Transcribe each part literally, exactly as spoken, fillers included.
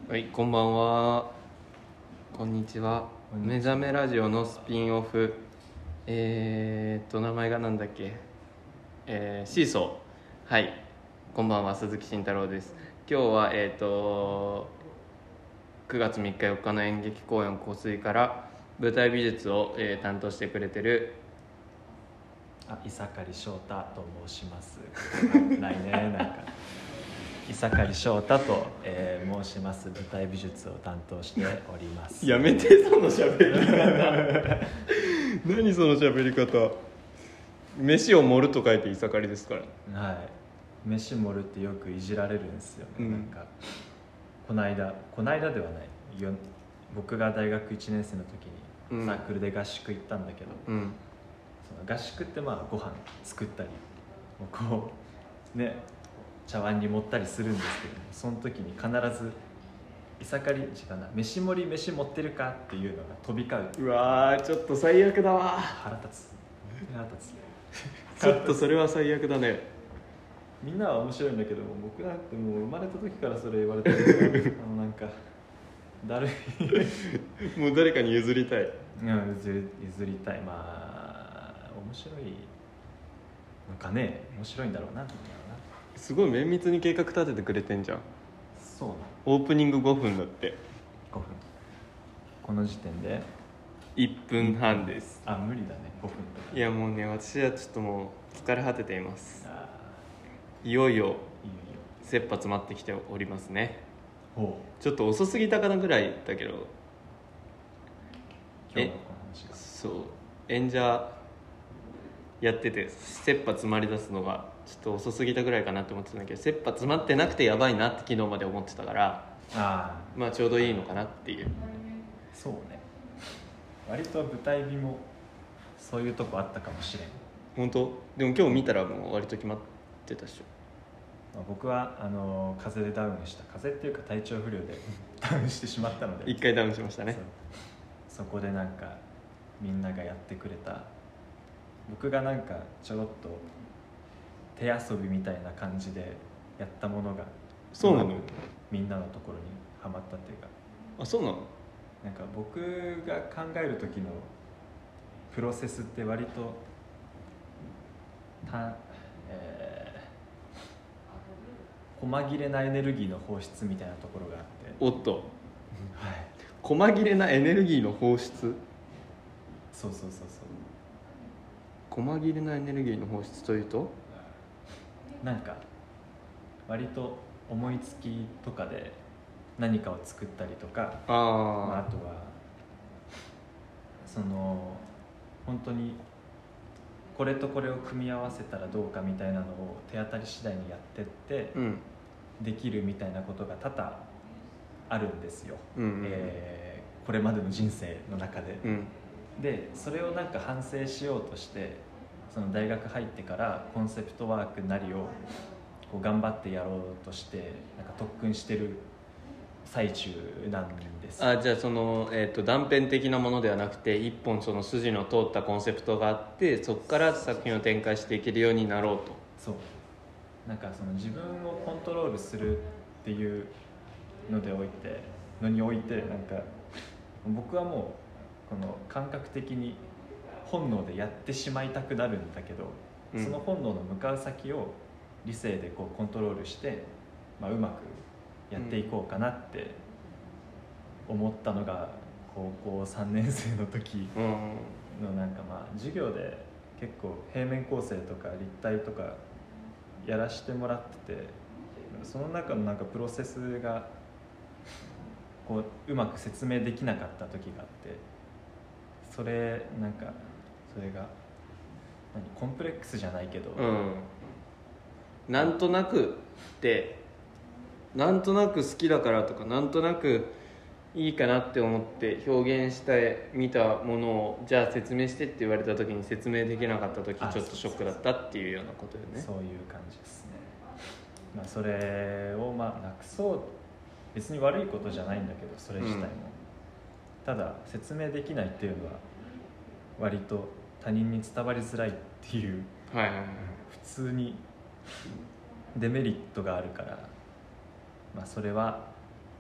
はい、こんばんは。こんにちは。目覚めラジオのスピンオフ。えー、っと名前がなんだっけ。えー、シーソー。はい。こんばんは、鈴木慎太郎です。今日はえー、っとくがつみっかよっかの演劇公演香水から舞台美術を、えー、担当してくれてる。 あ、伊坂り翔太と申します。ないね、なんか。伊坂り翔太と、えー、申します。舞台美術を担当しております。 やめて、その喋り方。何その喋り方。飯を盛ると書いて伊坂りですから。 はい。飯盛るってよくいじられるんですよね。 うん、 なんかこの間、この間ではない。よ僕が大学いちねん生の時にサークルで合宿行ったんだけど、 うん、 その合宿ってまあご飯作ったり、こうね。茶碗に盛ったりするんですけども、その時に必ず「伊坂り違うな、飯盛り飯持ってるか?」っていうのが飛び交う。 うわー、ちょっと最悪だわ。 腹立つ腹立つちょっとそれは最悪だね。 みんなは面白いんだけども、僕なんてもう生まれた時からそれ言われてるからあのなんかだるいもう誰かに譲りたい。 うん譲り譲りたい。まあ面白いのかね。面白いんだろうな。 すごい綿密に計画立ててくれてんじゃん。 そうなの。 オープニングごふんだって。 ごふん。この時点でいっぷんはんです。 あ、無理だね、ごふんとか。 いやもうね、私はちょっともう疲れ果てています。 あいよいよいいよいいよ。 切羽詰まってきておりますね。 ほう。 ちょっと遅すぎたかなぐらいだけど、 今日のこの話がそう演者やってて切羽詰まり出すのがちょっと遅すぎたぐらいかなって思ってたんだけど、切羽詰まってなくてやばいなって昨日まで思ってたから、 あまあちょうどいいのかなっていう。 そうね。割と舞台美もそういうとこあったかもしれん。 本当？でも今日見たらもう割と決まってたっしょ。 まあ、僕はあの風邪でダウンした風邪っていうか体調不良でダウンしてしまったので一回ダウンしましたね。 そ, そこでなんかみんながやってくれた、僕がなんかちょろっと手遊びみたいな感じでやったものがそうなの？ みんなのところにはまったっていうか、 あ、そうなの？ なんか僕が考える時のプロセスって割とた、えー、細切れなエネルギーの放出みたいなところがあって、 おっと、 はい、 細切れなエネルギーの放出。 そうそうそうそう。 細切れなエネルギーの放出というと、 なんか割と思いつきとかで何かを作ったりとか、 あ、 まあ、あとはその本当にこれとこれを組み合わせたらどうかみたいなのを手当たり次第にやってって、 うん、 できるみたいなことが多々あるんですよ、 うんうんうん、 えー、これまでの人生の中で、 うん、 でそれをなんか反省しようとして、その大学入ってからコンセプトワークなりをこう頑張ってやろうとしてなんか特訓してる最中なんですよ。 あ、じゃあその、えーと、断片的なものではなくて一本その筋の通ったコンセプトがあって、そこから作品を展開していけるようになろうと。 そう、なんかその自分をコントロールするっていうのでおいてのにおいてなんか僕はもうこの感覚的に本能でやってしまいたくなるんだけど、 うん、 その本能の向かう先を理性でこうコントロールして、まあ、うまくやっていこうかなって思ったのが高校さんねん生の時のなんかまあ授業で結構平面構成とか立体とかやらせてもらってて、その中のなんかプロセスがこううまく説明できなかった時があって、それなんかそれが何コンプレックスじゃないけど、 うん、なんとなくってなんとなく好きだからとかなんとなくいいかなって思って表現してみたものをじゃあ説明してって言われた時に説明できなかった時ちょっとショックだったっていうようなことよね。 そういう感じですね。まあ、それをまあなくそう、別に悪いことじゃないんだけどそれ自体も、うん、ただ説明できないっていうのは割と他人に伝わりづらいっていう、 はいはいはい、 普通にデメリットがあるから、まあ、それは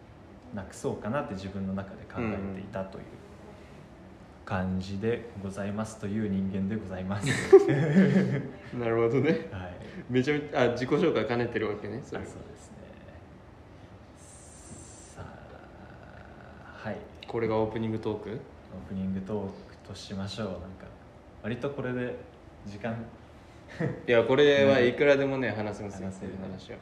なくそうかなって自分の中で考えていたという感じでございますという人間でございますなるほどね、 はい、 めちゃめちゃあ自己紹介兼ねてるわけね。それあそうですね。さあはい、 これがオープニングトーク。 オープニングトークとしましょう。なんか割とこれで時間いやこれはいくらでもね話せますよ、 話せるね話は。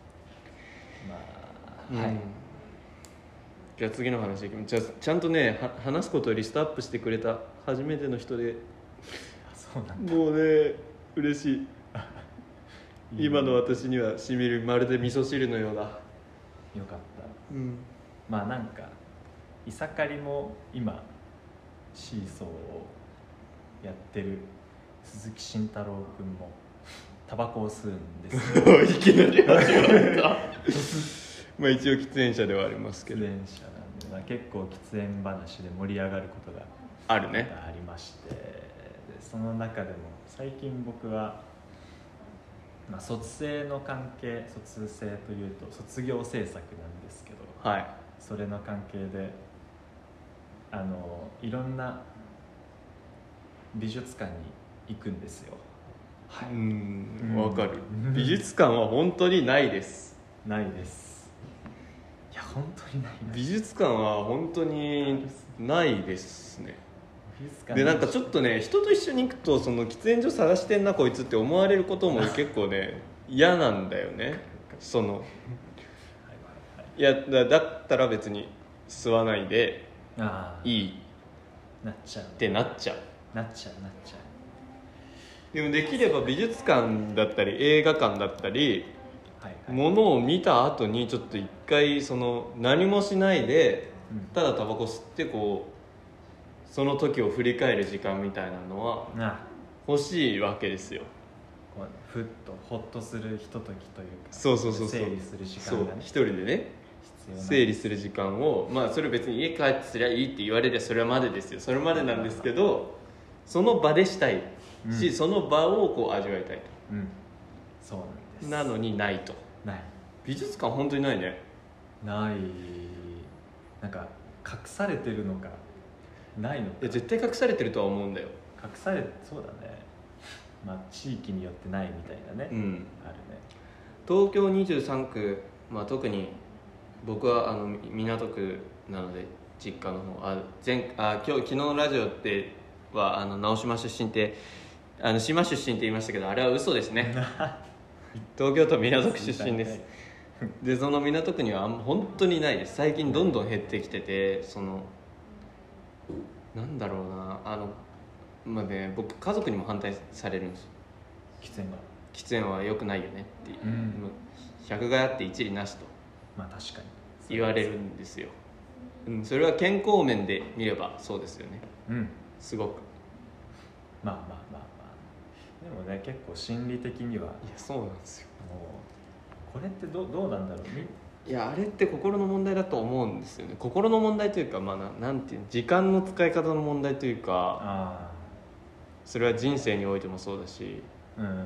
まあ、はい、 うん、じゃあ次の話いきます。じゃあちゃんとねは話すことをリストアップしてくれた初めての人で、 あそうなんだ。 もうね嬉しい今の私にはしみる、まるで味噌汁のようだ。 よかった。 うんまあなんかいさかりも今シーソーをやってる鈴木慎太郎君もタバコを吸うんですよいきなり始まったまあ一応喫煙者ではありますけど、 喫煙者なんで、まあ、結構喫煙話で盛り上がることがあるね。 ありまして、でその中でも最近僕は、まあ、卒生の関係、卒生というと卒業制作なんですけど、 はい、 それの関係であのいろんな美術館に行くんですよ。 はい、うんうん分かる。美術館は本当にないです。 ないです。いや本当にないです。 美術館は本当にないですね。 美術館でなんかちょっとね人と一緒に行くとその喫煙所探してんなこいつって思われることも結構ね嫌なんだよね。そのいや だ, だったら別に吸わないであいいなっちゃうってなっちゃう。 なっちゃうなっちゃうでもできれば美術館だったり映画館だったりはいはい、 ものを見た後にちょっと一回その何もしないでうんただタバコ吸ってこうその時を振り返る時間みたいなのはあ欲しいわけですよ。 こうふっとホッとするひとときというか、 そうそうそうそう、 整理する時間がねそう一人でね必要な整理する時間を、まあそれ別に家帰ってすりゃいいって言われりゃそれまでですよ。それまでなんですけどその場でしたいし、 うんその場をこう味わいたいと。 うんそうなんです。 なのにないと。 ない美術館本当にないね。 ないなんか隠されてるのかないのか。 いや絶対隠されてるとは思うんだよ。 隠されそうだね。まあ地域によってないみたいなね、 うん、 あるね。 東京にじゅうさん区、まあ、特に僕はあの港区なので実家の方あ前あ今日昨日のラジオってはあの直島出身ってあの島出身って言いましたけどあれは嘘ですね東京都港区出身ですでその港区にはあん本当にないです。最近どんどん減ってきててそのなんだろうなあのまあね僕家族にも反対されるんですよ。 喫煙が喫煙は良くないよねっていう、 うんもう百害あって一理なしとまあ確かに言われるんですよ、うん、それは健康面で見ればそうですよね。 うんすごくまあまあまあまあでもね結構心理的にはいやそうなんですよ。 もうこれってど う, どうなんだろうみいやあれって心の問題だと思うんですよね。心の問題というか、まあ、ななんていう時間の使い方の問題というかあそれは人生においてもそうだしあうん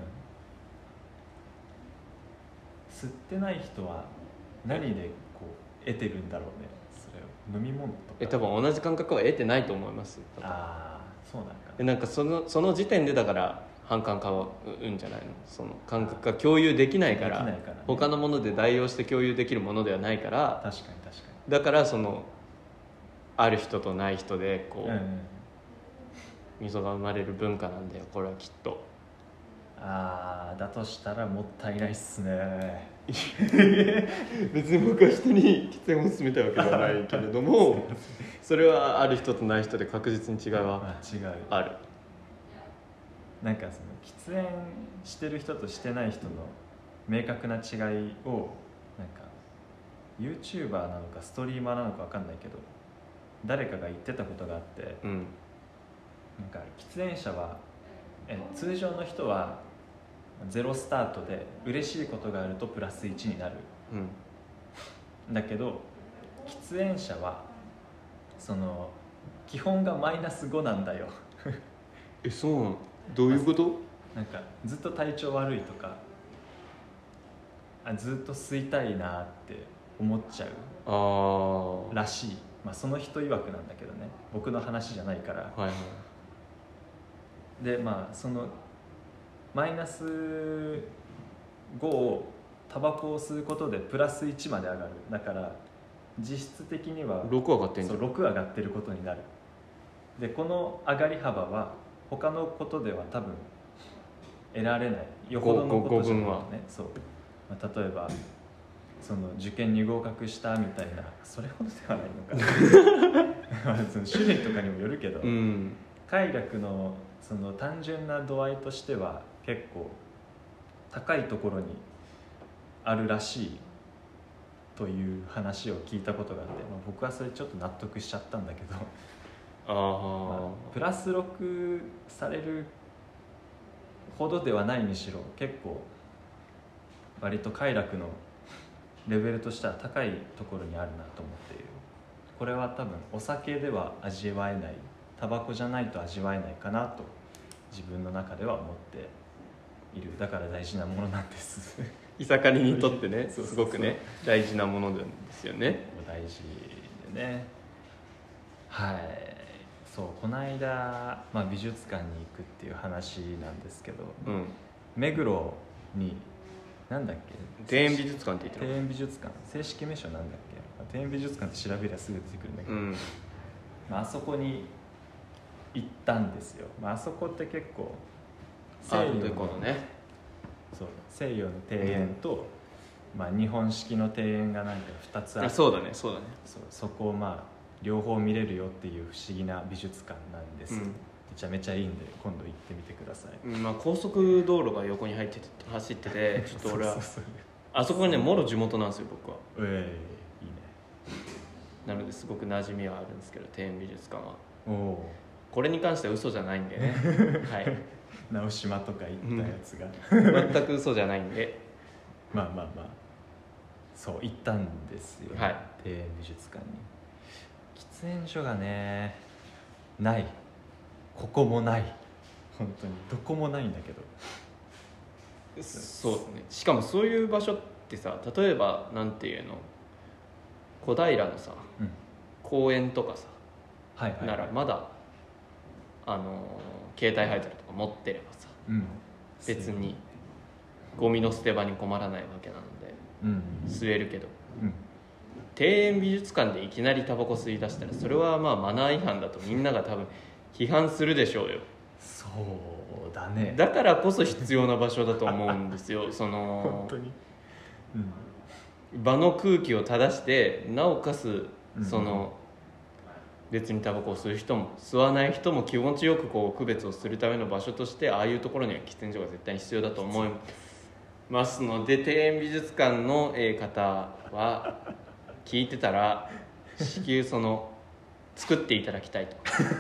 吸ってない人は何でこう得てるんだろうね。それを飲み物とかえ多分同じ感覚は得てないと思います。 ああそうなんかえなんかそのその時点でだから反感買うんじゃないの。その感覚が共有できないからできないからね他のもので代用して共有できるものではないから確かに確かだからそのある人とない人でこう、 にうんうん溝が生まれる文化なんだよこれはきっと。 ああだとしたらもったいないっすね別に僕は人に喫煙を勧めたいわけではないけれどもそれはある人とない人で確実に違いはあ違うある。 なんかその喫煙してる人としてない人の明確な違いをなんか YouTuber なのかストリーマーなのか分かんないけど誰かが言ってたことがあって、 うんなんか喫煙者はえ通常の人はゼロスタートで嬉しいことがあるとプラスいちになるうんだけど喫煙者はその基本がマイナスごなんだよえそうなのどういうこと？ なんかずっと体調悪いとかあずっと吸いたいなって思っちゃうあらしい、まあ、その人曰くなんだけどね、僕の話じゃないから、 はいはい、 でまあそのマイナスごをタバコを吸うことでプラスいちまで上がる。だから実質的にはろく上がってんじゃん。 そうろく上がってることになる。でこの上がり幅は他のことでは多分得られないよほどのことじゃないとね。そう、まあ、例えばその受験に合格したみたいな、それほどではないのかなその種類とかにもよるけど、 うん、 快楽のその単純な度合いとしては結構高いところにあるらしいという話を聞いたことがあって、まあ、僕はそれちょっと納得しちゃったんだけどあ、 まあ、プラスろくされるほどではないにしろ結構割と快楽のレベルとしては高いところにあるなと思っている。これは多分お酒では味わえない、タバコじゃないと味わえないかなと自分の中では思っている。だから大事なものなんですいさかりにとってね、 そうそうそうすごくね大事なものなんですよね。 大事でね。はい、そうこの間、まあ、美術館に行くっていう話なんですけど、 うん、 目黒になんだっけ、 庭園美術館って言ってる庭園美術館、正式名称なんだっけ、まあ庭園美術館って調べりゃすぐ出てくるんだけど、 うん、 まあ、あそこに行ったんですよ。まあ、あそこって結構西洋アートデコのね、 そう西洋の庭園と、うん、まあ、日本式の庭園がなんかふたつあって、 そうだねそうだね、 そうそこをまあ両方見れるよっていう不思議な美術館なんです、うん、めちゃめちゃいいんで今度行ってみてください、 うん、まあ、高速道路が横に入ってて走っててちょっと俺はあそこがねもろ地元なんですよ僕は。 ええー、いいね。 なのですごく馴染みはあるんですけど庭園美術館はおお、 これに関しては嘘じゃないんでねはい直島とか行ったやつが、 うん、全く嘘じゃないんでまあまあまあそう行ったんですよ、 はい、 庭園美術館に。喫煙所がねない、ここもない、本当にどこもないんだけど。 そうね、しかもそういう場所ってさ、例えばなんていうの小平のさ、うん、公園とかさ、はいはいはい、ならまだあの携帯配達とか持ってればさ、うん、別にゴミの捨て場に困らないわけなので、うん、吸えるけど、うん、庭園美術館でいきなりタバコ吸い出したらそれはまあマナー違反だとみんなが多分批判するでしょうよ。 そうだね。 だからこそ必要な場所だと思うんですよその本当に、 うん、場の空気を正してなおかつその、うん、別にタバコを吸う人も吸わない人も気持ちよくこう区別をするための場所としてああいうところには喫煙所が絶対に必要だと思いますので、庭園美術館の方は聞いてたら至急その作っていただきたいと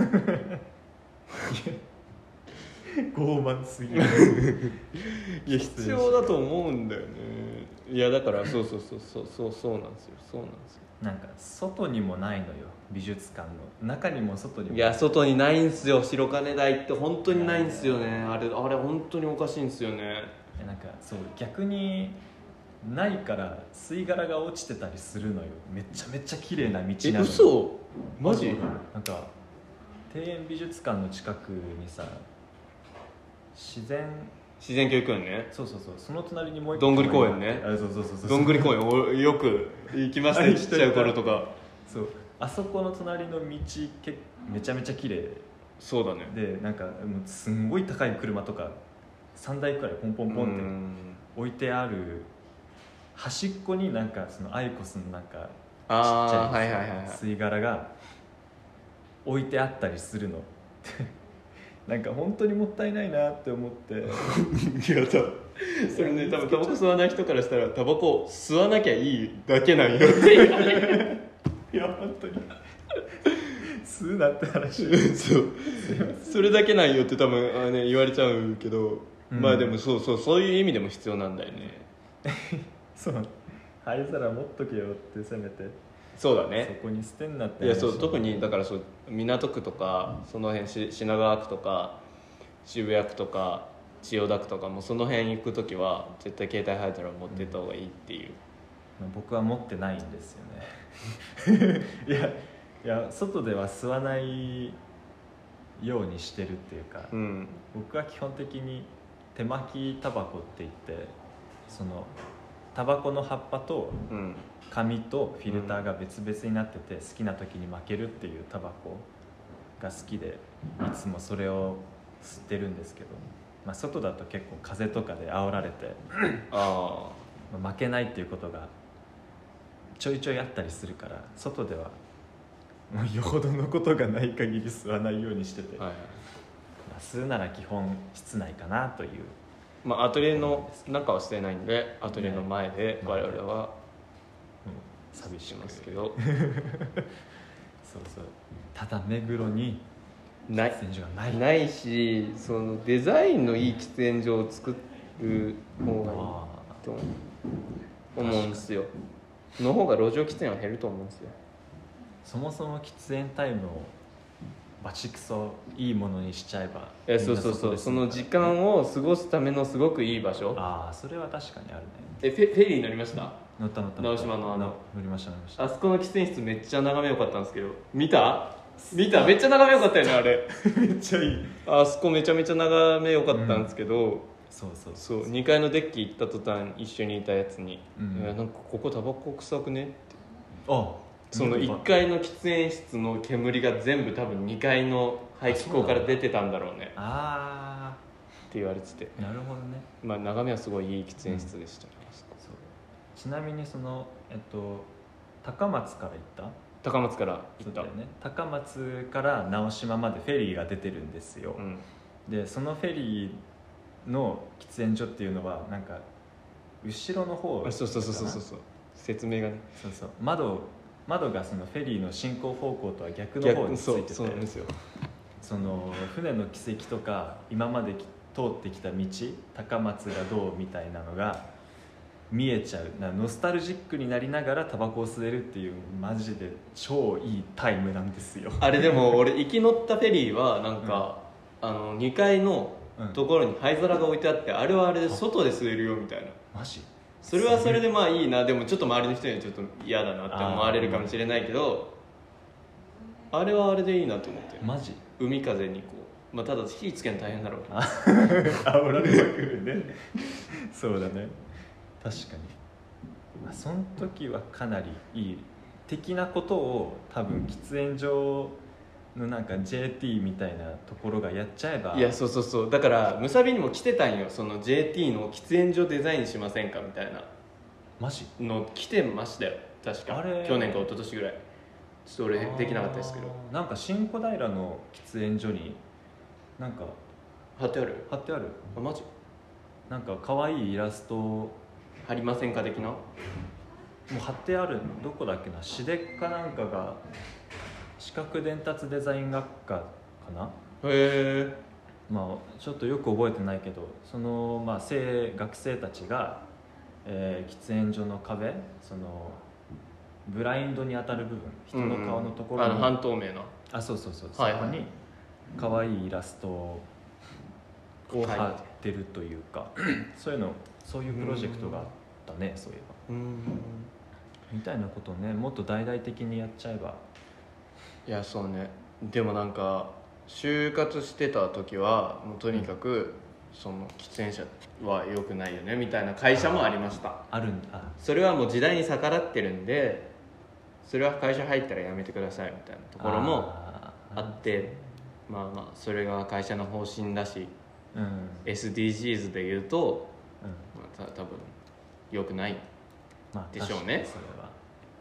傲慢すぎるいや必要だと思うんだよね。いやだからそうそうそうそうそうそうなんですよそうなんですよ。 なんか外にもないのよ美術館の中にも外にも。 いや外にないんすよ。白金台って本当にないんですよね。あれあれ本当におかしいんですよね。 なんかそう逆にないから吸い殻が落ちてたりするのよ。めちゃめちゃ綺麗な道なの。 え嘘マジ？ なんか庭園美術館の近くにさ自然自然教育園ね。 そうそうそう、その隣にもう一個どんぐり公園ね。 あそうそうそうそうどんぐり公園俺よく行きましたねちっちゃい頃とか。 そうあそこの隣の道けめちゃめちゃ綺麗。 そうだね。 でなんかもうすんごい高い車とかさんだいくらいポンポンポンって置いてある端っこになんかそのアイコスのなんかちっちゃい吸い殻が置いてあったりするのなんか本当にもったいないなって思っていや多分それね多分タバコ吸わない人からしたらタバコ吸わなきゃいいだけなんよって言われるいや本当に吸うなって話そうそれだけなんよって多分あ、ね、言われちゃうけど、うん、まあでもそうそうそういう意味でも必要なんだよねそう灰皿持っとけよってせめてそうだねそこに捨てんなっていやそう特にだからそう港区とか、うん、その辺し品川区とか渋谷区とか千代田区とかもその辺行くときは絶対携帯配達を持ってった方がいいっていう僕は持ってないんですよねいやいや外では吸わないようにしてるっていうか、 うん、 僕は基本的に手巻きタバコって言って、そのタバコの葉っぱと紙とフィルターが別々になってて、好きな時に巻けるっていうタバコが好きで、いつもそれを吸ってるんですけど、まあ、外だと結構風とかで煽られてあ、まあ、負けないっていうことがちょいちょいあったりするから、外ではもうよほどのことがない限り吸わないようにしてて、はい、まあ、吸うなら基本室内かなという、 まあ、アトリエの中はしてないんで、アトリエの前で我々は、うん、 寂しますけどそうそう、ただ目黒に喫煙所がないないし、そのデザインのいい喫煙所を作る方がいいと思うんですよ。の方が路上喫煙は減ると思うんですよ。 そもそも喫煙タイムをバチクソいいものにしちゃえば、 えそうそうそう、その時間を過ごすためのすごくいい場所。 ああ、それは確かにあるね。 えフェフェリー乗りました？ 乗った乗った直島のあの乗りました乗りました。 あそこの喫煙室めっちゃ眺め良かったんですけど、見た見ためっちゃ眺め良かったよねあれめっちゃいい。 あそこめちゃめちゃ眺め良かったんですけど、うん、 そうそうそうそう、にかいのデッキ行った途端一緒にいたやつに、うん、いやなんかここタバコ臭くねって、あそのいっかいの喫煙室の煙が全部多分にかいの排気口から出てたんだろうね。ああって言われてて、 なるほどね。 まあ眺めはすごいいい喫煙室でしたね、うん、そうちなみにそのえっと高松から行った？ 高松から行った、 ね、高松から直島までフェリーが出てるんですよ、うん、でそのフェリーの喫煙所っていうのはなんか後ろの方、 そうそうそうそうそうそう、説明がね、 そうそう、窓窓がそのフェリーの進行方向とは逆の方についてて、 そうなんですよ。 その船の軌跡とか今まで通ってきた道、高松がどうみたいなのが見えちゃう、なノスタルジックになりながらタバコを吸えるっていう、マジで超いいタイムなんですよ。 あれでも俺行き乗ったフェリーはなんか、うん、あのにかいのところに灰皿が置いてあって、あれはあれで外で吸えるよみたいな。 マジ？ それはそれでまあいいな。でもちょっと周りの人にはちょっと嫌だなって思われるかもしれないけど、 あ, あれはあれでいいなと思って。 マジ？ 海風にこう、まあ、ただ火つけるの大変だろうあ煽られまくるねそうだね、確かに、まあ、その時はかなりいい的なことを多分喫煙所のなんか ジェーティー みたいなところがやっちゃえば、 いやそうそうそう、だからムサビにも来てたんよ、その ジェーティー の喫煙所デザインしませんかみたいなマジの来てましたよ確か。あれ去年か一昨年ぐらい、ちょっと俺できなかったですけど、 なんか新小平の喫煙所になんか貼ってある貼ってあるあマジ？ なんか可愛いイラスト貼りませんか的な、もう貼ってある。どこだっけな、シデッカなんかが視覚伝達デザイン学科かな。 へえ。 まあちょっとよく覚えてないけど、そのまあ生学生たちが、えー、喫煙所の壁、そのブラインドに当たる部分、人の顔のところに、 うんうん、あの半透明の、 あそうそうそう、 はいはい、 そこに可愛いイラストを貼ってるというか、そういうの、そういうプロジェクトがあったね、そういえば。うんみたいなことをね、もっと大々的にやっちゃえば。 いやそうね。でもなんか就活してた時はもうとにかく、うん、その喫煙者は良くないよねみたいな会社もありました。 あるんだ。 それはもう時代に逆らってるんで、それは会社入ったらやめてくださいみたいなところもあって、まあまあそれが会社の方針だし、うん、エスディージーズ で言うと、うんまあ、た多分良くないでしょうね、まあ、 それは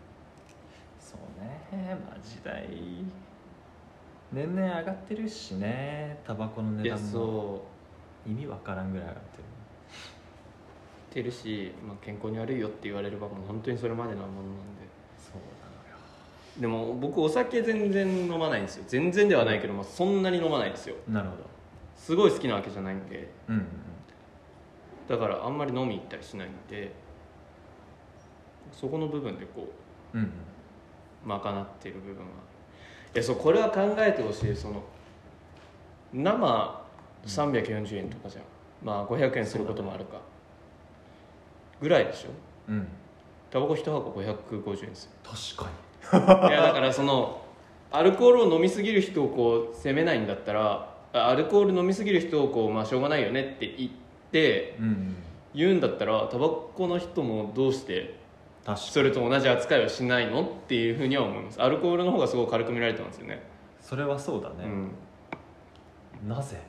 そうね。まあ時代年々上がってるしね、タバコの値段も。そう意味わからんぐらい上がってるてるし、まあ、健康に悪いよって言われればもう本当にそれまでなものなんで。 そうなのよ。 でも僕お酒全然飲まないんですよ。全然ではないけど、まあ、そんなに飲まないんですよ。 なるほど。 すごい好きなわけじゃないんで、うんうん、だからあんまり飲み行ったりしないんで、そこの部分でこう、うんうん、賄っている部分は、いやそうこれは考えてほしい。その生さんびゃくよんじゅうえんとかじゃん、まあごひゃくえんすることもあるかぐらいでしょ、うん、 タバコいちはこごひゃくごじゅうえんですよ。 確かにいやだからそのアルコールを飲みすぎる人をこう責めないんだったら、アルコール飲みすぎる人をこう、まあ、しょうがないよねって言ってうん言うんだったら、タバコの人もどうして確かにそれと同じ扱いをしないのっていうふうには思います。アルコールの方がすごい軽く見られてますよね。 それはそうだね、 うん、 なぜ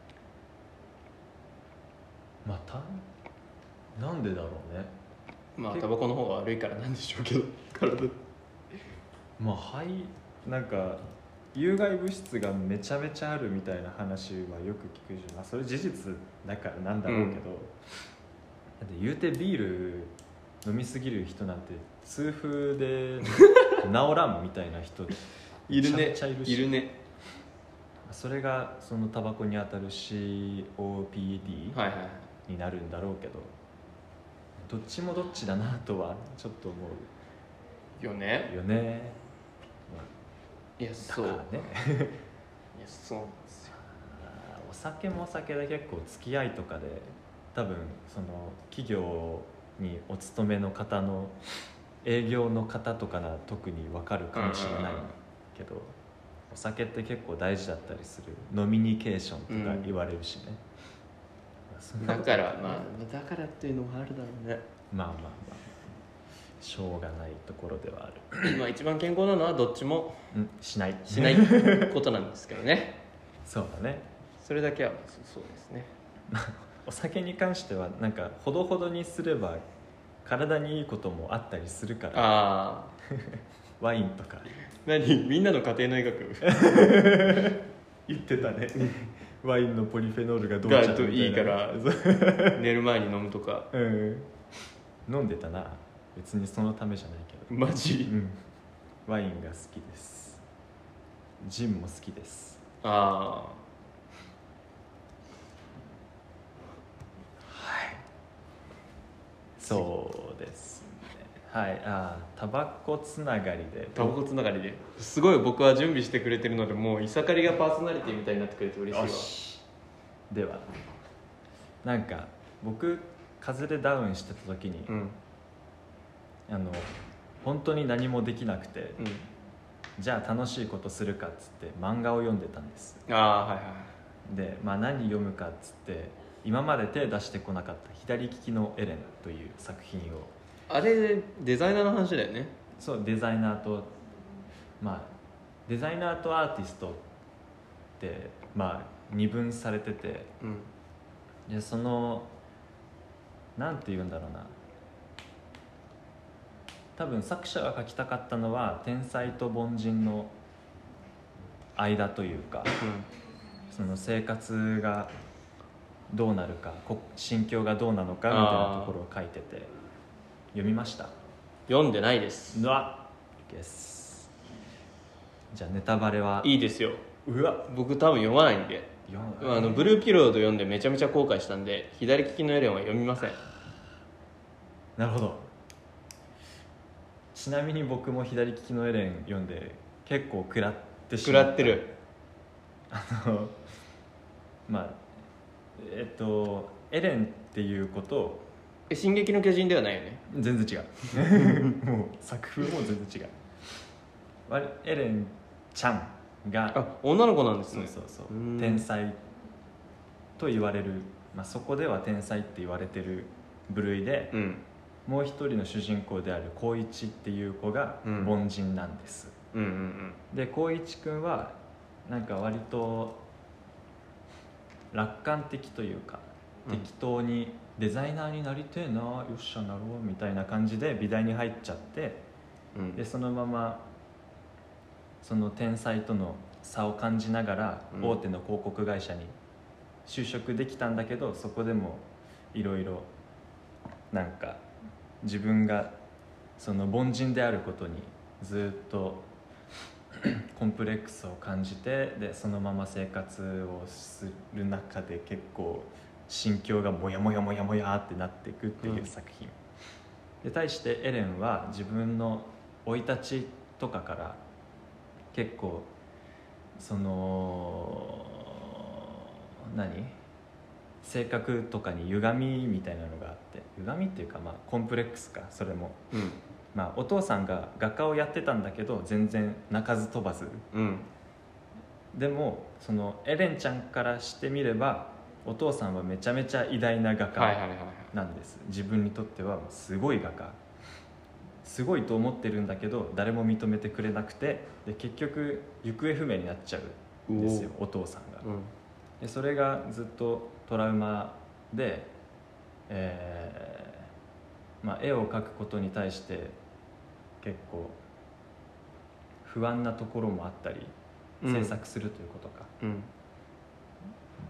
またなんでだろうね。 まあタバコの方が悪いからなんでしょうけど体まあ肺なんか有害物質がめちゃめちゃあるみたいな話はよく聞くし、まあ、それ事実だからなんだろうけど、うん、だって言うてビール飲みすぎる人なんて痛風で治らんみたいな人いるね、 めちゃめちゃいるし、 いるね。 それがそのタバコに当たる シーオーピーディー になるんだろうけど、どっちもどっちだなとはちょっと思うよねよね。 いやそうだからねいやそうなんですよ。 お酒もお酒で結構付き合いとかで多分その企業にお勤めの方の営業の方とかなら特に分かるかもしれないけど、お酒って結構大事だったりする、ノミニケーションとか言われるしね、 うん、だからまあだからっていうのもあるだろうね。 まあまあまあしょうがないところではある。 今一番健康なのはどっちもしないしないことなんですけどねそうだね、 それだけはそうですね。 お酒に関してはなんかほどほどにすれば体にいいこともあったりするから。 ああワインとか何みんなの家庭の医学言ってたねワインのポリフェノールがどうちゃうみたいな、 いいから寝る前に飲むとか、 うん、飲んでたな。別にそのためじゃないけどマジ、 うん、ワインが好きです。ジンも好きです。 ああはいそうですね。はいあタバコつながりでタバコつながりですごい僕は準備してくれてるので、もういさかりがパーソナリティみたいになってくれて嬉しいわ。 ではなんか僕風邪でダウンしてた時に、 うんあの本当に何もできなくて、 うん、 じゃあ楽しいことするかっつって漫画を読んでたんです。 ああはいはい。 で、まあ、何読むかっつって今まで手出してこなかった左利きのエレンという作品を、 あれデザイナーの話だよね。 そうデザイナーとまあデザイナーとアーティストってまあ二分されてて、 うん、 でそのなんて言うんだろうな、多分作者が書きたかったのは天才と凡人の間というか、うん、その生活がどうなるか、心境がどうなのかみたいなところを書いてて、読みました？ 読んでないです。 うわっですじゃあネタバレはいいですよ。 うわ僕多分読まないんで、あのブルーピロード読んでめちゃめちゃ後悔したんで、左利きのエレンは読みません。 なるほど。ちなみに僕も左利きのエレン読んで結構食らってしまった。 食らってる。 あのまあえっとエレンっていうことをえ進撃の巨人ではないよね。 全然違うもう作風も全然違う。エレンちゃんがあ女の子なんですね。 そうそうそう天才と言われる、まあ、そこでは天才って言われてる部類で、うん、もう一人の主人公である光一っていう子が凡人なんです、うんうんうんうん、で光一くんはなんか割と楽観的というか、うん、適当にデザイナーになりてえな、よっしゃなろうみたいな感じで美大に入っちゃって、うん、でそのままその天才との差を感じながら大手の広告会社に就職できたんだけど、そこでもいろいろなんか自分がその凡人であることにずっとコンプレックスを感じて、でそのまま生活をする中で結構心境がモヤモヤモヤモヤってなっていくっていう作品、うん、で対してエレンは自分の生い立ちとかから結構その何性格とかに歪みみたいなのがあって、歪みっていうかまあコンプレックスか、それも、 うん、 まあ、お父さんが画家をやってたんだけど全然鳴かず飛ばず、 うん、 でもそのエレンちゃんからしてみればお父さんはめちゃめちゃ偉大な画家なんです、自分にとってはすごい画家、すごいと思ってるんだけど誰も認めてくれなくて、で結局行方不明になっちゃうんですよ、お父さんが、うん、でそれがずっとトラウマで、えーまあ、絵を描くことに対して結構不安なところもあったり、制作するということか、うん、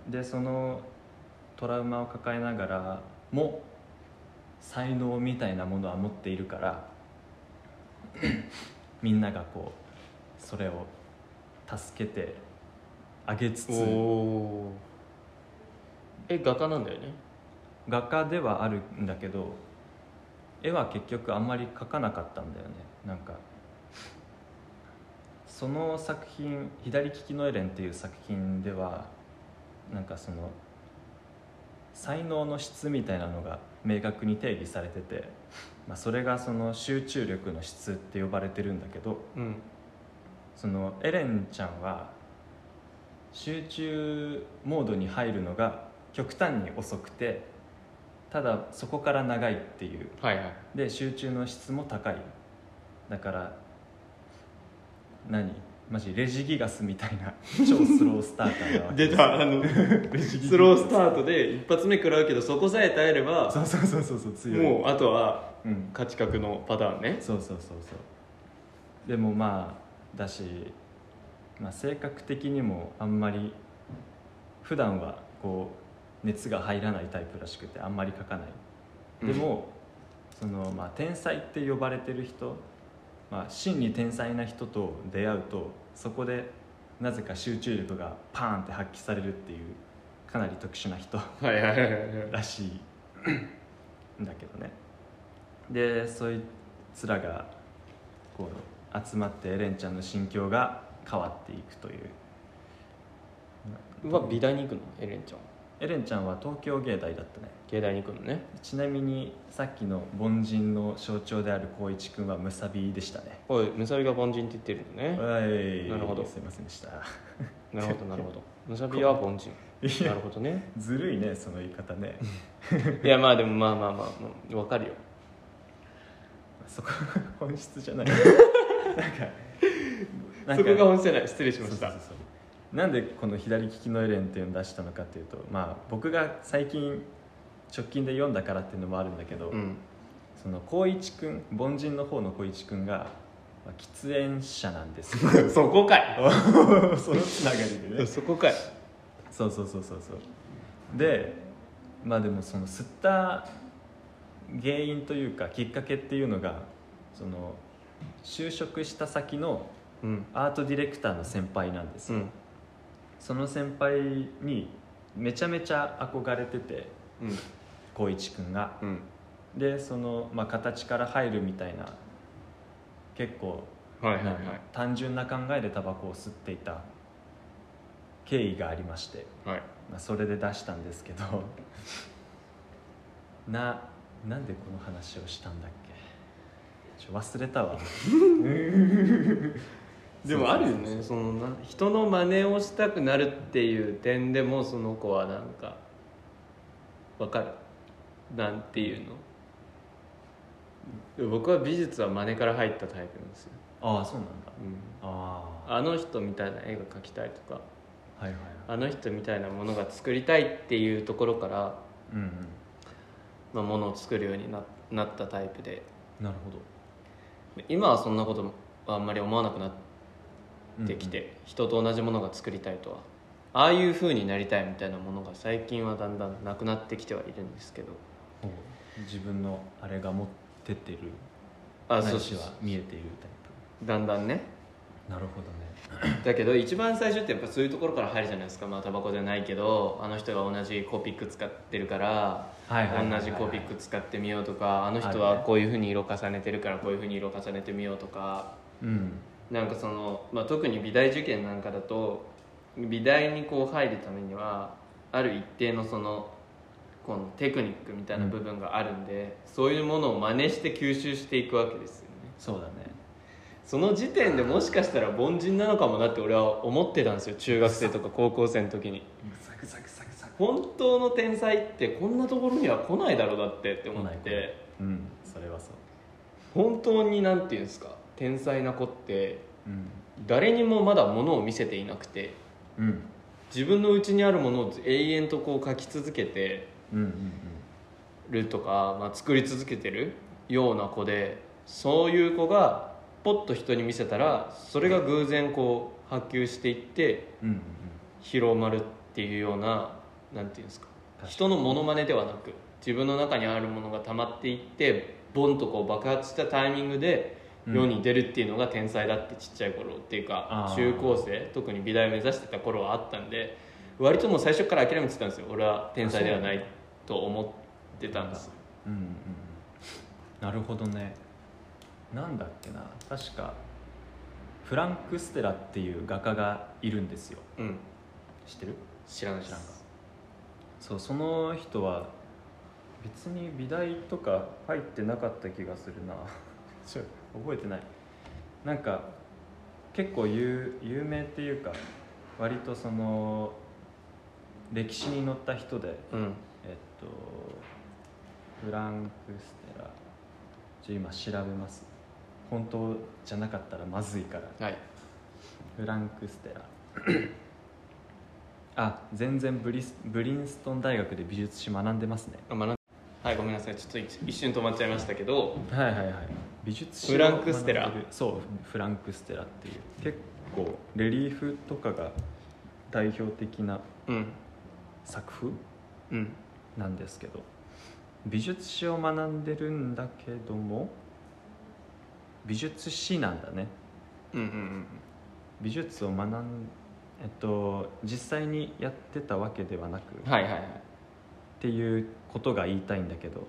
でそのトラウマを抱えながらも才能みたいなものは持っているからみんながこうそれを助けてあげつつ、 おえ画家なんだよね。 画家ではあるんだけど絵は結局あんまり描かなかったんだよね。なんかその作品「左利きのエレン」っていう作品ではなんかその才能の質みたいなのが明確に定義されてて、まあ、それがその集中力の質って呼ばれてるんだけど、うん、そのエレンちゃんは集中モードに入るのが極端に遅くて、ただそこから長いっていう、はいはい、で集中の質も高い。だから何マジレジギガスみたいな超スロースターターなわけ出たあのスロースタートで一発目食らうけどそこさえ耐えればそうそうそうそうそう強い。 もうあとは勝ち確のパターンね、 うん、そうそうそうそうでもまあだし、まあ、性格的にもあんまり普段はこう熱が入らないタイプらしくてあんまり描かない。でも、うん、そのまあ天才って呼ばれてる人、まあ、真に天才な人と出会うとそこでなぜか集中力がパーンって発揮されるっていうかなり特殊な人らしいんだけどね。でそいつらがこう集まってエレンちゃんの心境が変わっていくという。 うわ美大に行くのエレンちゃん。 エレンちゃんは東京芸大だったね。 芸大に行くのね。 ちなみにさっきの凡人の象徴である光一君はムサビでしたね。 おい、ムサビが凡人って言ってるのね。 はい、 なるほど、 すいませんでした。 なるほどなるほどムサビは凡人なるほどね。 ずるいねその言い方ね。 いやまあでもまあまあまあ、まあ、分かるよ。 そこが本質じゃないなんかなんかそこが本質じゃない。失礼しました。 そうそうそう。なんでこの左利きのエレンっていうのを出したのかっていうと、まあ僕が最近直近で読んだからっていうのもあるんだけど、うん、その光一くん、凡人の方の光一くんが、まあ、喫煙者なんですよ。 そこかい。 そのつながりでね。 そこかい。 そうそうそうそうそうで、まあでもその吸った原因というかきっかけっていうのが、その就職した先のアートディレクターの先輩なんですよ、うん、その先輩にめちゃめちゃ憧れてて、うん、光一くんが、うん、でその、まあ、形から入るみたいな結構、はいはいはい、単純な考えでタバコを吸っていた経緯がありまして、はい、まあ、それで出したんですけどななんでこの話をしたんだっけ、ちょ忘れたわ。 でもあるよね、そのな人の真似をしたくなるっていう点でもその子はなんか分かる。なんていうの、僕は美術は真似から入ったタイプなんですよ。 ああそうなんだ、 うん、ああの人みたいな絵が描きたいとか、はいはいはい、あの人みたいなものが作りたいっていうところから、うんうん、まあ、ものを作るように な, なったタイプで。なるほど。今はそんなことはあんまり思わなくなってきて、うんうん、人と同じものが作りたいとは、ああいう風になりたいみたいなものが最近はだんだんなくなってきてはいるんですけど、 自分のあれが持ってってる、あ、そうしは見えているタイプ、だんだんね。 なるほどね。 だけど一番最初ってやっぱそういうところから入るじゃないですか。まあタバコじゃないけど、あの人が同じコピック使ってるから、はいはいはいはい、同じコピック使ってみようとか、あの人はこういう風に色重ねてるからこういう風に色重ねてみようとか、うん、なんかその、まあ、特に美大受験なんかだと美大にこう入るためにはある一定のそのこのテクニックみたいな部分があるんで、うん、そういうものを真似して吸収していくわけですよね。 そうだね。 その時点でもしかしたら凡人なのかもなって俺は思ってたんですよ、中学生とか高校生の時に。本当の天才ってこんなところには来ないだろうだってって思って、 うん、それはそう。 本当になんていうんですか、天才な子って、 うん、 誰にもまだものを見せていなくて、 うん、 自分の内にあるものを永遠とこう書き続けてるとか、まあ、作り続けてるような子で、そういう子がポッと人に見せたらそれが偶然こう波及していって広まるっていうような、なんていうんですか、人のモノマネではなく自分の中にあるものが溜まっていってボンとこう爆発したタイミングで世に出るっていうのが天才だってちっちゃい頃っていうか中高生、特に美大を目指してた頃はあったんで、割ともう最初から諦めてたんですよ。俺は天才ではないと思ってたんです。 うんうんうん、なるほどね。なんだっけな、確かフランク・ステラっていう画家がいるんですよ、 うん、 知ってる？ 知らないです。 知らんか。そう、その人は別に美大とか入ってなかった気がするなちょ覚えてない。なんか結構有, 有名っていうか割とその歴史に載った人で、 うん、えっとフランク・ステラ、ちょ今調べます。本当じゃなかったらまずいから、 はい、 フランク・ステラあ、全然ブリスブリンストン大学で美術史学んでますね。 あ、学んはい、ごめんなさい、ちょっと一瞬止まっちゃいましたけど、 はいはいはい、美術史フランク・ステラ、 そうフランク・ステラっていう結構レリーフとかが代表的な作風、うん、なんですけど、美術史を学んでるんだけども美術史なんだね、 うんうんうん、 美術を学んえっと実際にやってたわけではなく、 はいはいはい、 っていうことが言いたいんだけど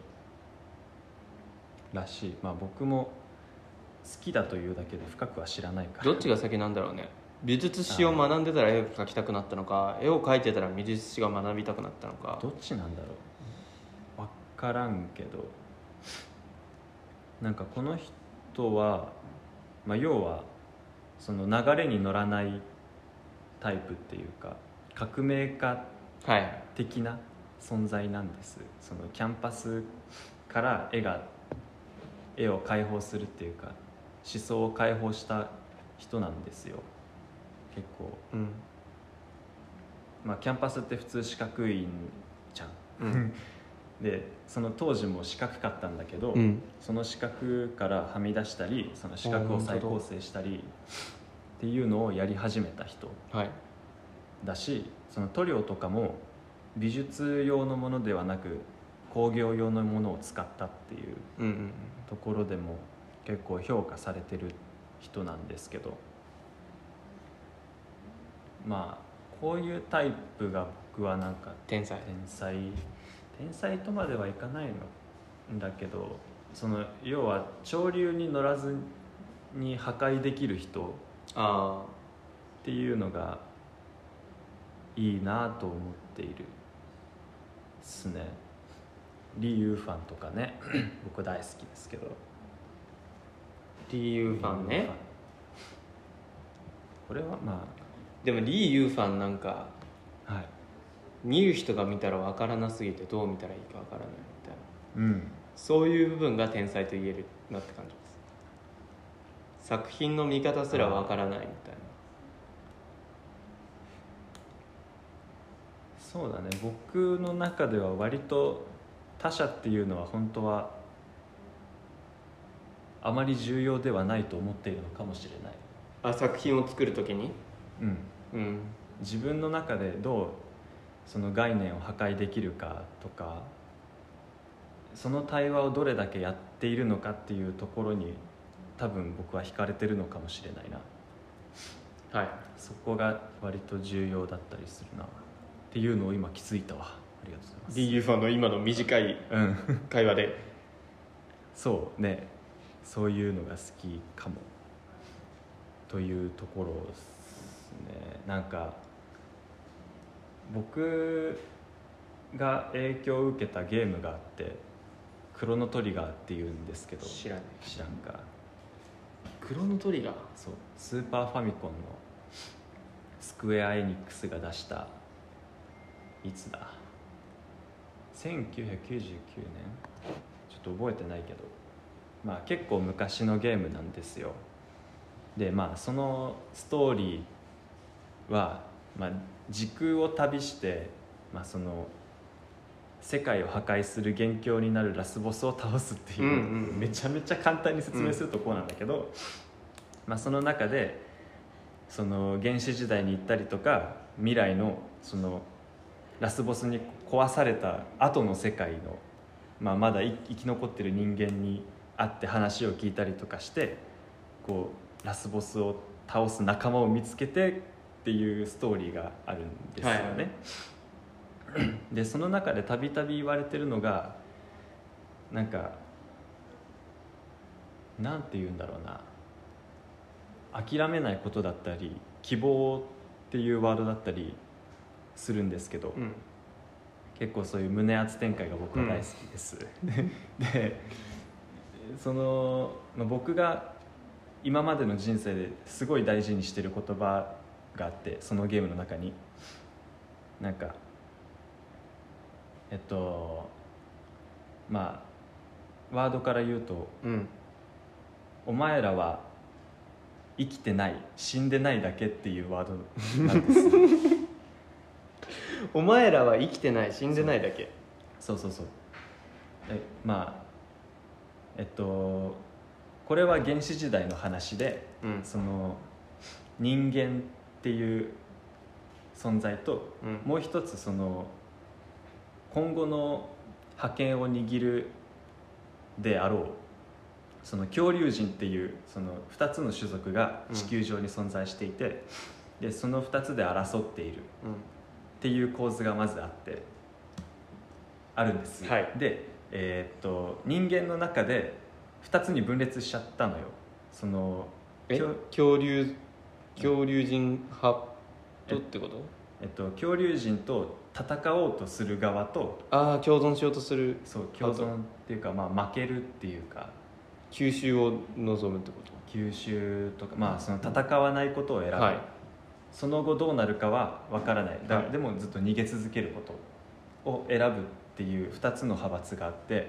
らしい。まあ僕も好きだというだけで深くは知らないから。 どっちが先なんだろうね。美術史を学んでたら絵を描きたくなったのか、絵を描いてたら美術史が学びたくなったのか、 どっちなんだろう、分からんけど、なんかこの人は、まあ、要はその流れに乗らないタイプっていうか革命家的な存在なんです、はい、そのキャンパスから絵が絵を解放するっていうか思想を解放した人なんですよ結構、うん、まあキャンパスって普通四角いんじゃん、うんでその当時も四角かったんだけど、うん、その四角からはみ出したりその四角を再構成したりっていうのをやり始めた人だし、はい、その塗料とかも美術用のものではなく工業用のものを使ったっていうところでも結構評価されてる人なんですけど、まあこういうタイプが僕はなんか天才天才天才とまではいかないんだけど、その要は潮流に乗らずに破壊できる人っていうのがいいなと思っているですね。リ・ユーファンとかね僕大好きですけど。 リ・ユーファンね。 これはまあでもリ・ユーファンなんか、 はい、 見る人が見たら分からなすぎてどう見たらいいか分からないみたいな、 うん、 そういう部分が天才と言えるなって感じです。作品の見方すら分からないみたいな。 そうだね、僕の中では割と他者っていうのは本当はあまり重要ではないと思っているのかもしれない。 あ、作品を作るときに、 うんうん、自分の中でどうその概念を破壊できるかとかその対話をどれだけやっているのかっていうところに多分僕は惹かれてるのかもしれないな。はい、そこが割と重要だったりするなっていうのを今気づいたわ。ありがとうございます。 リー・ユーファンの今の短い会話で、うん、 そうね、そういうのが好きかもというところですね。なんか僕が影響を受けたゲームがあって、クロノトリガーっていうんですけど、 知らない。 知らんか。 クロノトリガー。 そう、スーパーファミコンのスクエア・エニックスが出した、いつだせんきゅうひゃくきゅうじゅうきゅうねん、ちょっと覚えてないけど、まあ結構昔のゲームなんですよ。でまあそのストーリーは、まあ、時空を旅して、まあ、その世界を破壊する元凶になるラスボスを倒すっていう、うんうん、めちゃめちゃ簡単に説明するとこうなんだけど、うん、まあ、その中でその原始時代に行ったりとか、未来のそのラスボスに壊された後の世界の、まあ、まだ生き残ってる人間に会って話を聞いたりとかして、こうラスボスを倒す仲間を見つけてっていうストーリーがあるんですよね、はい、でその中でたびたび言われてるのが、なんかなんて言うんだろうな、諦めないことだったり希望っていうワードだったりするんですけど、うん、結構そういう胸熱展開が僕は大好きです、うん、でその、まあ、僕が今までの人生ですごい大事にしてる言葉があって、そのゲームの中になんかえっとまあワードから言うと、うん、お前らは生きてない、死んでないだけっていうワードなんですお前らは生きてない、死んでないだけ。 そうそうそうえまあえっとこれは原始時代の話で、うん、その人間っていう存在と、うん、もう一つその今後の覇権を握るであろうその恐竜人っていうそのふたつの種族が地球上に存在していて、うん、でそのふたつで争っているっていう構図がまずあってあるんです、はい、で、えー、っと人間の中でふたつに分裂しちゃったのよ。そのえ恐竜恐竜人派とってこと？ えっと、恐竜人と戦おうとする側と、 ああ共存しようとする、 そう共存っていうか、まあ、負けるっていうか吸収を望むってこと？ 吸収とか、まあ、その戦わないことを選ぶ、はい、その後どうなるかは分からないだ、はい、でもずっと逃げ続けることを選ぶっていうふたつの派閥があって、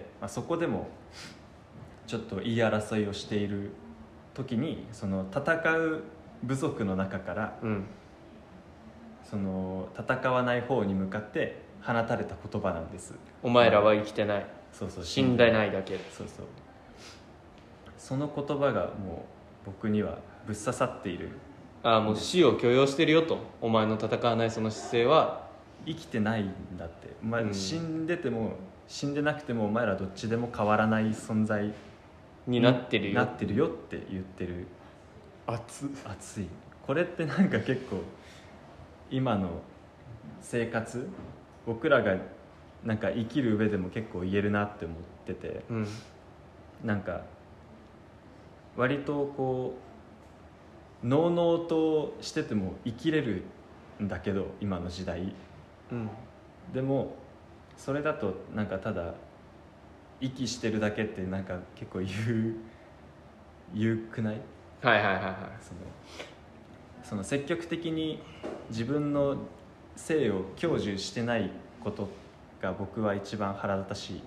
まあ、そこでもちょっと言い争いをしている時にその戦う部族の中から、うん、その戦わない方に向かって放たれた言葉なんです。 お前らは生きてない、 そうそう死んでないだけ。 そうそう、その言葉がもう僕にはぶっ刺さっている。 ああもう死を許容してるよと、お前の戦わないその姿勢は生きてないんだって、お前、うん、死んでても死んでなくてもお前らどっちでも変わらない存在になってるよなってるよって言ってる。 熱熱い。これってなんか結構今の生活僕らがなんか生きる上でも結構言えるなって思ってて、うん、なんか割とこうのうのうとしてても生きれるんだけど今の時代、うん、でもそれだとなんかただ息してるだけってなんか結構言う言うくない？ はいはいはいはい。 そのその積極的に自分の性を享受してないことが僕は一番腹立たしい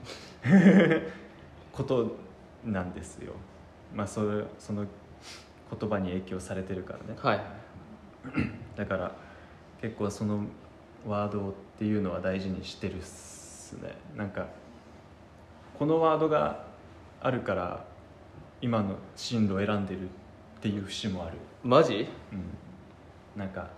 ことなんですよ。まあそれその言葉に影響されてるからね。 はい。 だから結構そのワードっていうのは大事にしてるっすね。なんかこのワードがあるから今の進路を選んでるっていう節もある。 マジ？ うん。なんか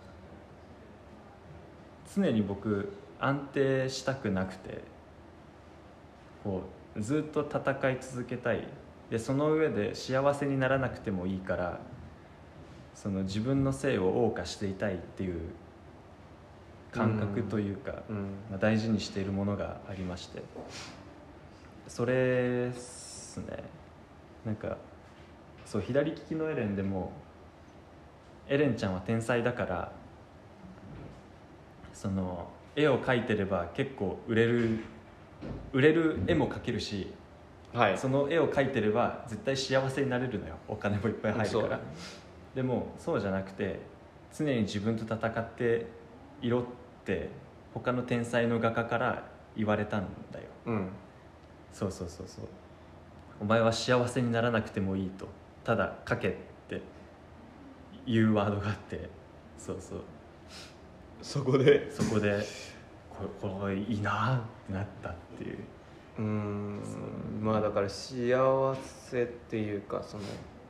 常に僕安定したくなくて、こうずっと戦い続けたい。でその上で幸せにならなくてもいいから、その自分の性を謳歌していたいっていう感覚というか、うんうん、まあ、大事にしているものがありまして、それっすね。なんかそう左利きのエレンでもエレンちゃんは天才だから、その絵を描いてれば結構売れる売れる絵も描けるし、 はい、 その絵を描いてれば絶対幸せになれるのよ。お金もいっぱい入るから。でもそうじゃなくて、常に自分と戦っていろって他の天才の画家から言われたんだよ、 うん、 そうそうそうそう。お前は幸せにならなくてもいいと、ただ描けっていうワードがあって、そうそう、 そこでそこでこれ、これいいなってなったっていう。 うーん、まあだから幸せっていうか、その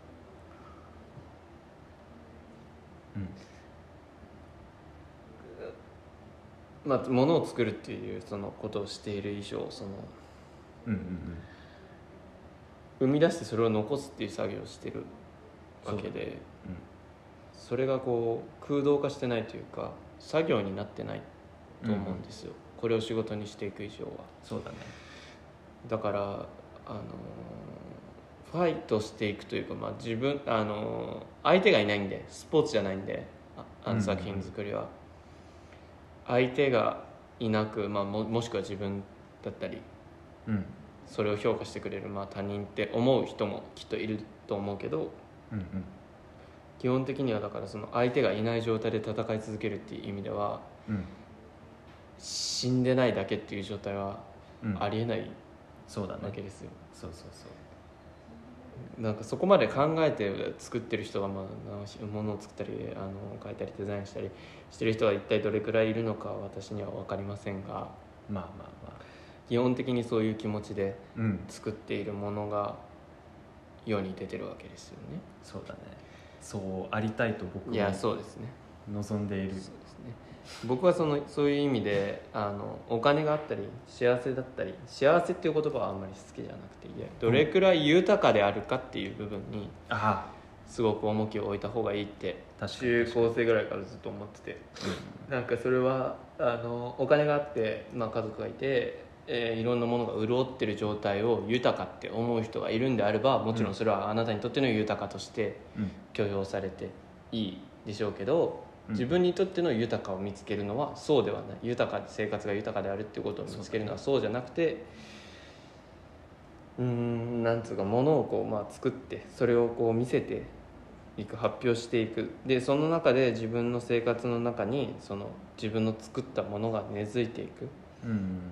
うん、まあ物を作るっていうそのことをしている以上、その、 うんうんうん、 生み出してそれを残すっていう作業をしてるわけで、 そ,、うん、それがこう空洞化してないというか作業になってないと思うんですよ、うん、これを仕事にしていく以上は。 そうだね。 だからあのファイトしていくというか、まあ、自分あの相手がいないんで、スポーツじゃないんで、ああの作品作りは、相手がいなく、まあ、も, もしくは自分だったり、うん、それを評価してくれる、まあ、他人って思う人もきっといると思うけど、うんうん、基本的にはだからその相手がいない状態で戦い続けるっていう意味では、うん、死んでないだけっていう状態はありえない、うん、そうだね、わけですよ。 そうそうそう。 なんかそこまで考えて作ってる人が、まあ、ものを作ったりあの描いたりデザインしたりしてる人が一体どれくらいいるのか私には分かりませんが、まあまあまあ基本的にそういう気持ちで作っているものが世に出てるわけですよね、 うん、そうだね。そうありたいと僕も、いやそうですね、 望んでいる。そうですね。僕はそのそういう意味であのお金があったり幸せだったり、幸せっていう言葉はあんまり好きじゃなくて、いやどれくらい豊かであるかっていう部分にすごく重きを置いた方がいいって中高生ぐらいからずっと思ってて、なんかそれはあのお金があって、まあ、家族がいて、えー、いろんなものが潤ってる状態を豊かって思う人がいるんであれば、もちろんそれはあなたにとっての豊かとして許容されていいでしょうけど、自分にとっての豊かを見つけるのはそうではない、豊か生活が豊かであるっていうことを見つけるのはそうじゃなくて、うーんなんつうかものをこう、まあ、作ってそれをこう見せていく、発表していく。でその中で自分の生活の中にその自分の作ったものが根付いていく、うん、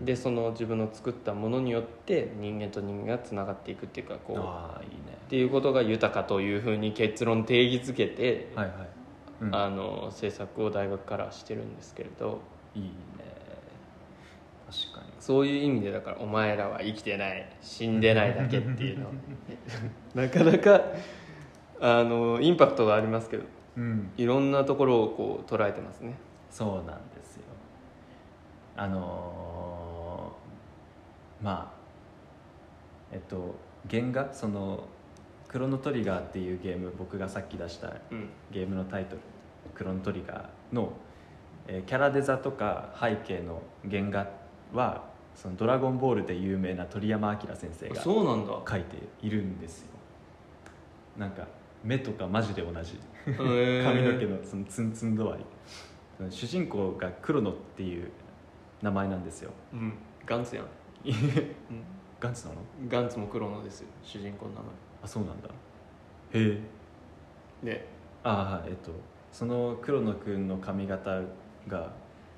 でその自分の作ったものによって人間と人間がつながっていくっていうか、こうあいいねっていうことが豊かというふうに結論定義づけて、はいはい、うん、あの制作を大学からしてるんですけれど、 いいね、確かにそういう意味でだからお前らは生きてない死んでないだけっていうのなかなかあのインパクトがありますけど、うん、いろんなところをこう捉えてますね。 そうなんですよ。あのー、まあえっと原画、そのクロノトリガーっていうゲーム、僕がさっき出したゲームのタイトル、うん、クロノトリガーの、えー、キャラデザとか背景の原画はそのドラゴンボールで有名な鳥山明先生が描いているんですよ。なんか目とかマジで同じ髪の毛のそのツンツン度合い、主人公がクロノっていう名前なんですよ、 うん、ガンツやん、うん、 ガンツなの？ ガンツもクロノですよ、主人公の名前。 あ、そうなんだ。へえ。で、 ああ、えっとその黒野くんの髪型が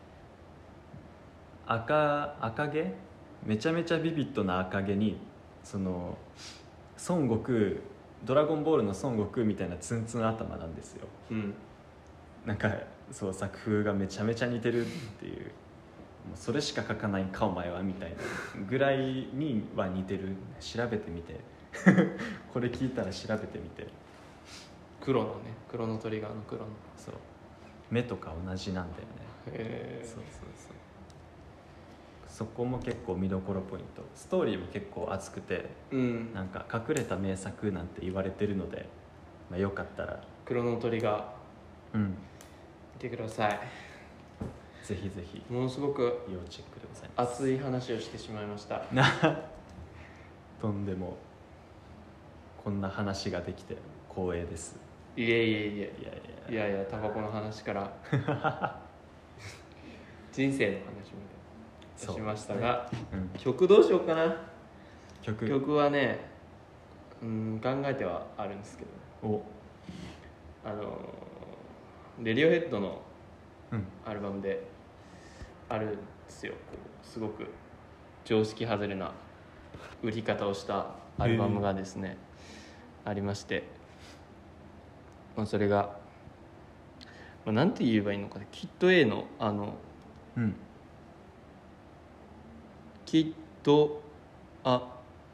赤赤毛、めちゃめちゃビビッドな赤毛に、その孫悟空、ドラゴンボールの孫悟空みたいなツンツン頭なんですよ、うん、なんかそう作風がめちゃめちゃ似てるっていう、もうそれしか描かないかお前はみたいなぐらいには似てる。調べてみてこれ聞いたら調べてみて。 黒のね、黒のトリガーの黒の、 そう目とか同じなんだよね。 へえ。 そうそうそう、そこも結構見どころポイント。ストーリーも結構熱くて、うん、なんか隠れた名作なんて言われてるので、まあ、よかったらクロノトリガー、うん、見てください。 ぜひぜひ。 ものすごく要チェックでございます。 熱い話をしてしまいましたとんでも、こんな話ができて光栄です。 いえいえいえいやいやいやいや、タバコの話から人生の話もしましたが、 うん、 曲どうしようかな。 曲曲はね、うん考えてはあるんですけど、 おあのレディオヘッドのうんアルバムであるんですよ、すごく常識外れな売り方をしたアルバムがですねありまして、まあ、それが、まあ、なんて言えばいいのかな、キッド A のあの、 うん、 キッドあ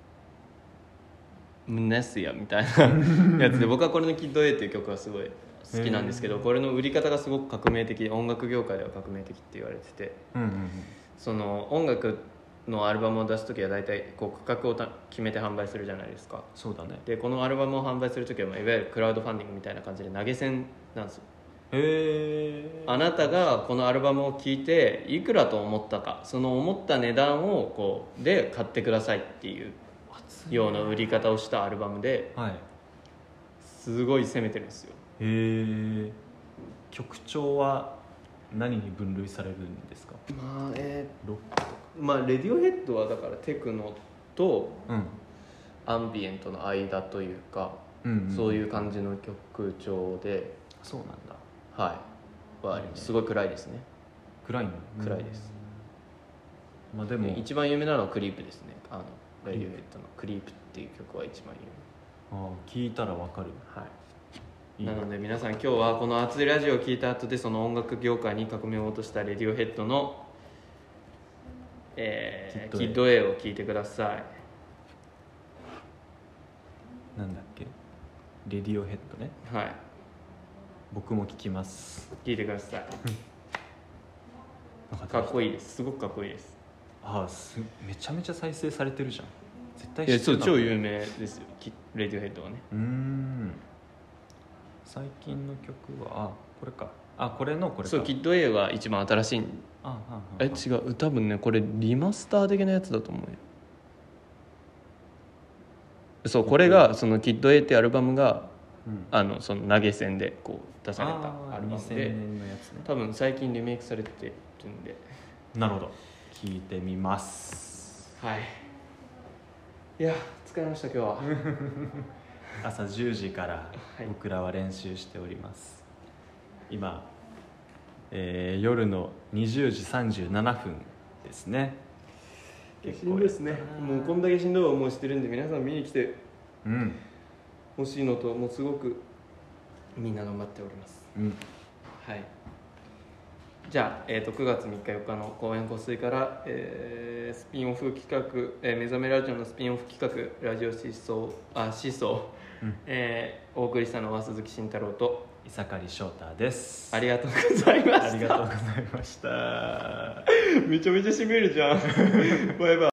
ムネスヤみたいなやつで僕はこれのキッド A っていう曲はすごい好きなんですけど、これの売り方がすごく革命的、音楽業界では革命的って言われてて、 うんうんうん、 その音楽のアルバムを出すときは大体こう価格をた決めて販売するじゃないですか。 そうだね。 でこのアルバムを販売するときは、まあ、いわゆるクラウドファンディングみたいな感じで投げ銭なんですよ。 へー。 あなたがこのアルバムを聴いていくらと思ったか、その思った値段をこうで買ってくださいっていうような売り方をしたアルバムで、 はい、 すごい攻めてるんですよ。 へー。曲調は何に分類されるんですか？ まあえー、ロックとか、 まあレディオヘッドはだからテクノとうんアンビエントの間というか、 うんうん、 そういう感じの曲調で、 そうなんだ。 はいはあります。 いいね。 すごい暗いですね。 暗いの？ 暗いです。 まあでも一番有名なのはクリープですね。あのレディオヘッドのクリープっていう曲は一番有名。 ああ、聞いたらわかる。 はい。 いいね。 なので皆さん今日はこの熱いラジオを聞いた後で、その音楽業界に革命を起こしたレディオヘッドの、えー、キッド A を聞いてください。 なんだっけ、レディオヘッドね。 はい、 僕も聞きます。 聞いてください。かっこいいです。すごくかっこいいです。 ああ、すめちゃめちゃ再生されてるじゃん。絶対いや、 知ってるな。 そう超有名ですよ、レディオヘッドはね。 うーん。最近の曲はあこれか、あこれのこれか。 そう、キッド A が一番新しい。 ああああえ違う、多分ねこれリマスター的なやつだと思うよ。そう、これがそのキッド A ってアルバムが、うん、あのその投げ銭でこう出されたアルバムで、にせんねんのやつね。多分最近リメイクされてるんで。 なるほど、聞いてみます。 はい。いや疲れました今日は。 朝じゅうじから僕らは練習しております、はい、今、えー、夜のにじゅうじさんじゅうななふんですね。 結構しんどいですね。もうこんだけしんどい思いしてるんで、皆さん見に来てほしいのと、もうすごくみんな頑張っております、うん、はい。じゃあ、えー、とくがつみっかよっかの公演個数から、えー、スピンオフ企画、えー、目覚めラジオのスピンオフ企画ラジオ思想あ思想、うんえー、お送りしたのは鈴木慎太郎と伊坂狩翔太です。 ありがとうございました。 ありがとうございました。 めちゃめちゃ締めるじゃん。バイバイ。